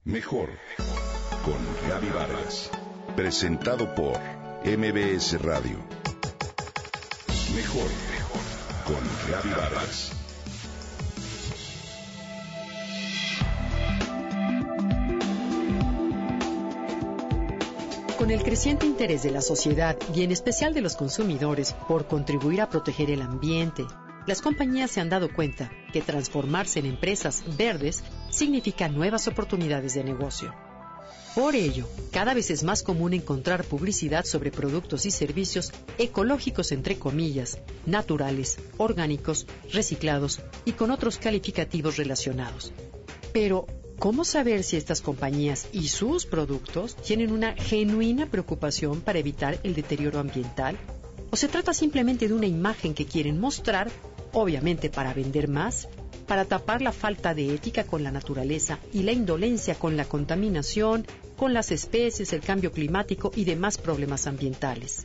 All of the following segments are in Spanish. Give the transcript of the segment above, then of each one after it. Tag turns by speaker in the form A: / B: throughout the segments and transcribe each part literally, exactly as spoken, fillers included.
A: Mejor con Gaby Vargas. Presentado por M B S Radio. Mejor con Gaby Vargas.
B: Con el creciente interés de la sociedad y en especial de los consumidores por contribuir a proteger el ambiente, las compañías se han dado cuenta que transformarse en empresas verdes significa nuevas oportunidades de negocio. Por ello, cada vez es más común encontrar publicidad sobre productos y servicios ecológicos, entre comillas, naturales, orgánicos, reciclados y con otros calificativos relacionados. Pero, ¿cómo saber si estas compañías y sus productos tienen una genuina preocupación para evitar el deterioro ambiental? ¿O se trata simplemente de una imagen que quieren mostrar, obviamente para vender más, para tapar la falta de ética con la naturaleza y la indolencia con la contaminación, con las especies, el cambio climático y demás problemas ambientales?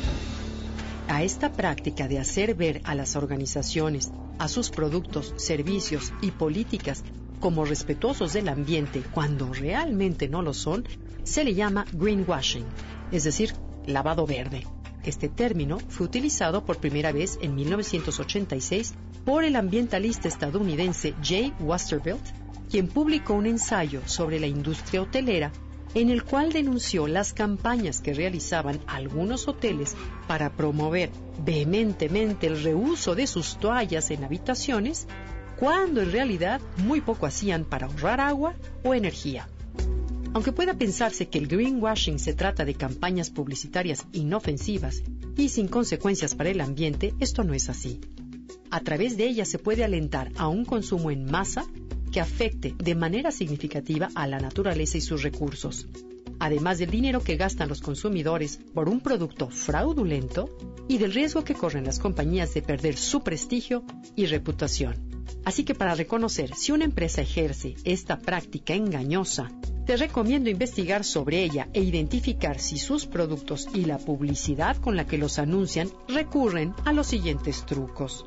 B: A esta práctica de hacer ver a las organizaciones, a sus productos, servicios y políticas como respetuosos del ambiente cuando realmente no lo son, se le llama greenwashing, es decir, lavado verde. Este término fue utilizado por primera vez en mil novecientos ochenta y seis por el ambientalista estadounidense Jay Westervelt, quien publicó un ensayo sobre la industria hotelera en el cual denunció las campañas que realizaban algunos hoteles para promover vehementemente el reuso de sus toallas en habitaciones, cuando en realidad muy poco hacían para ahorrar agua o energía. Aunque pueda pensarse que el greenwashing se trata de campañas publicitarias inofensivas y sin consecuencias para el ambiente, esto no es así. A través de ellas se puede alentar a un consumo en masa que afecte de manera significativa a la naturaleza y sus recursos, además del dinero que gastan los consumidores por un producto fraudulento y del riesgo que corren las compañías de perder su prestigio y reputación. Así que para reconocer si una empresa ejerce esta práctica engañosa, te recomiendo investigar sobre ella e identificar si sus productos y la publicidad con la que los anuncian recurren a los siguientes trucos.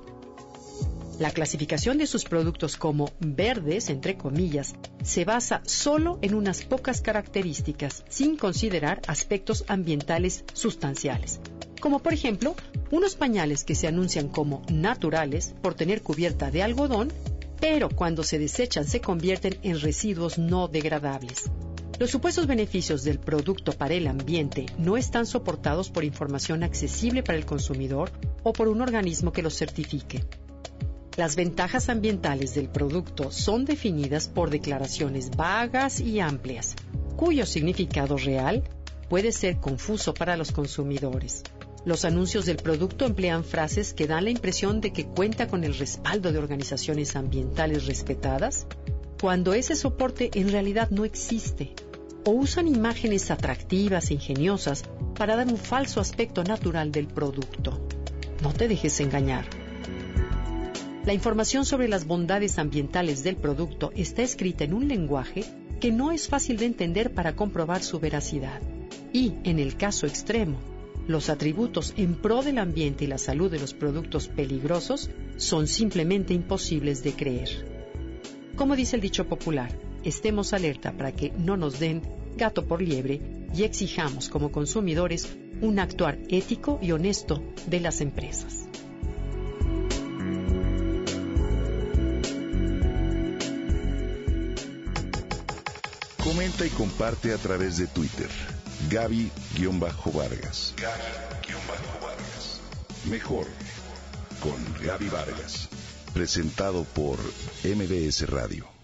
B: La clasificación de sus productos como verdes, entre comillas, se basa solo en unas pocas características, sin considerar aspectos ambientales sustanciales. Como por ejemplo, unos pañales que se anuncian como naturales por tener cubierta de algodón, pero cuando se desechan se convierten en residuos no degradables. Los supuestos beneficios del producto para el ambiente no están soportados por información accesible para el consumidor o por un organismo que los certifique. Las ventajas ambientales del producto son definidas por declaraciones vagas y amplias, cuyo significado real puede ser confuso para los consumidores. Los anuncios del producto emplean frases que dan la impresión de que cuenta con el respaldo de organizaciones ambientales respetadas, cuando ese soporte en realidad no existe, o usan imágenes atractivas e ingeniosas para dar un falso aspecto natural del producto. No te dejes engañar. La información sobre las bondades ambientales del producto está escrita en un lenguaje que no es fácil de entender para comprobar su veracidad. Y, en el caso extremo, los atributos en pro del ambiente y la salud de los productos peligrosos son simplemente imposibles de creer. Como dice el dicho popular, estemos alerta para que no nos den gato por liebre y exijamos como consumidores un actuar ético y honesto de las empresas.
A: Comenta y comparte a través de Twitter. Gaby-Vargas. Gaby-Vargas. Mejor con Gaby Vargas. Presentado por M B S Radio.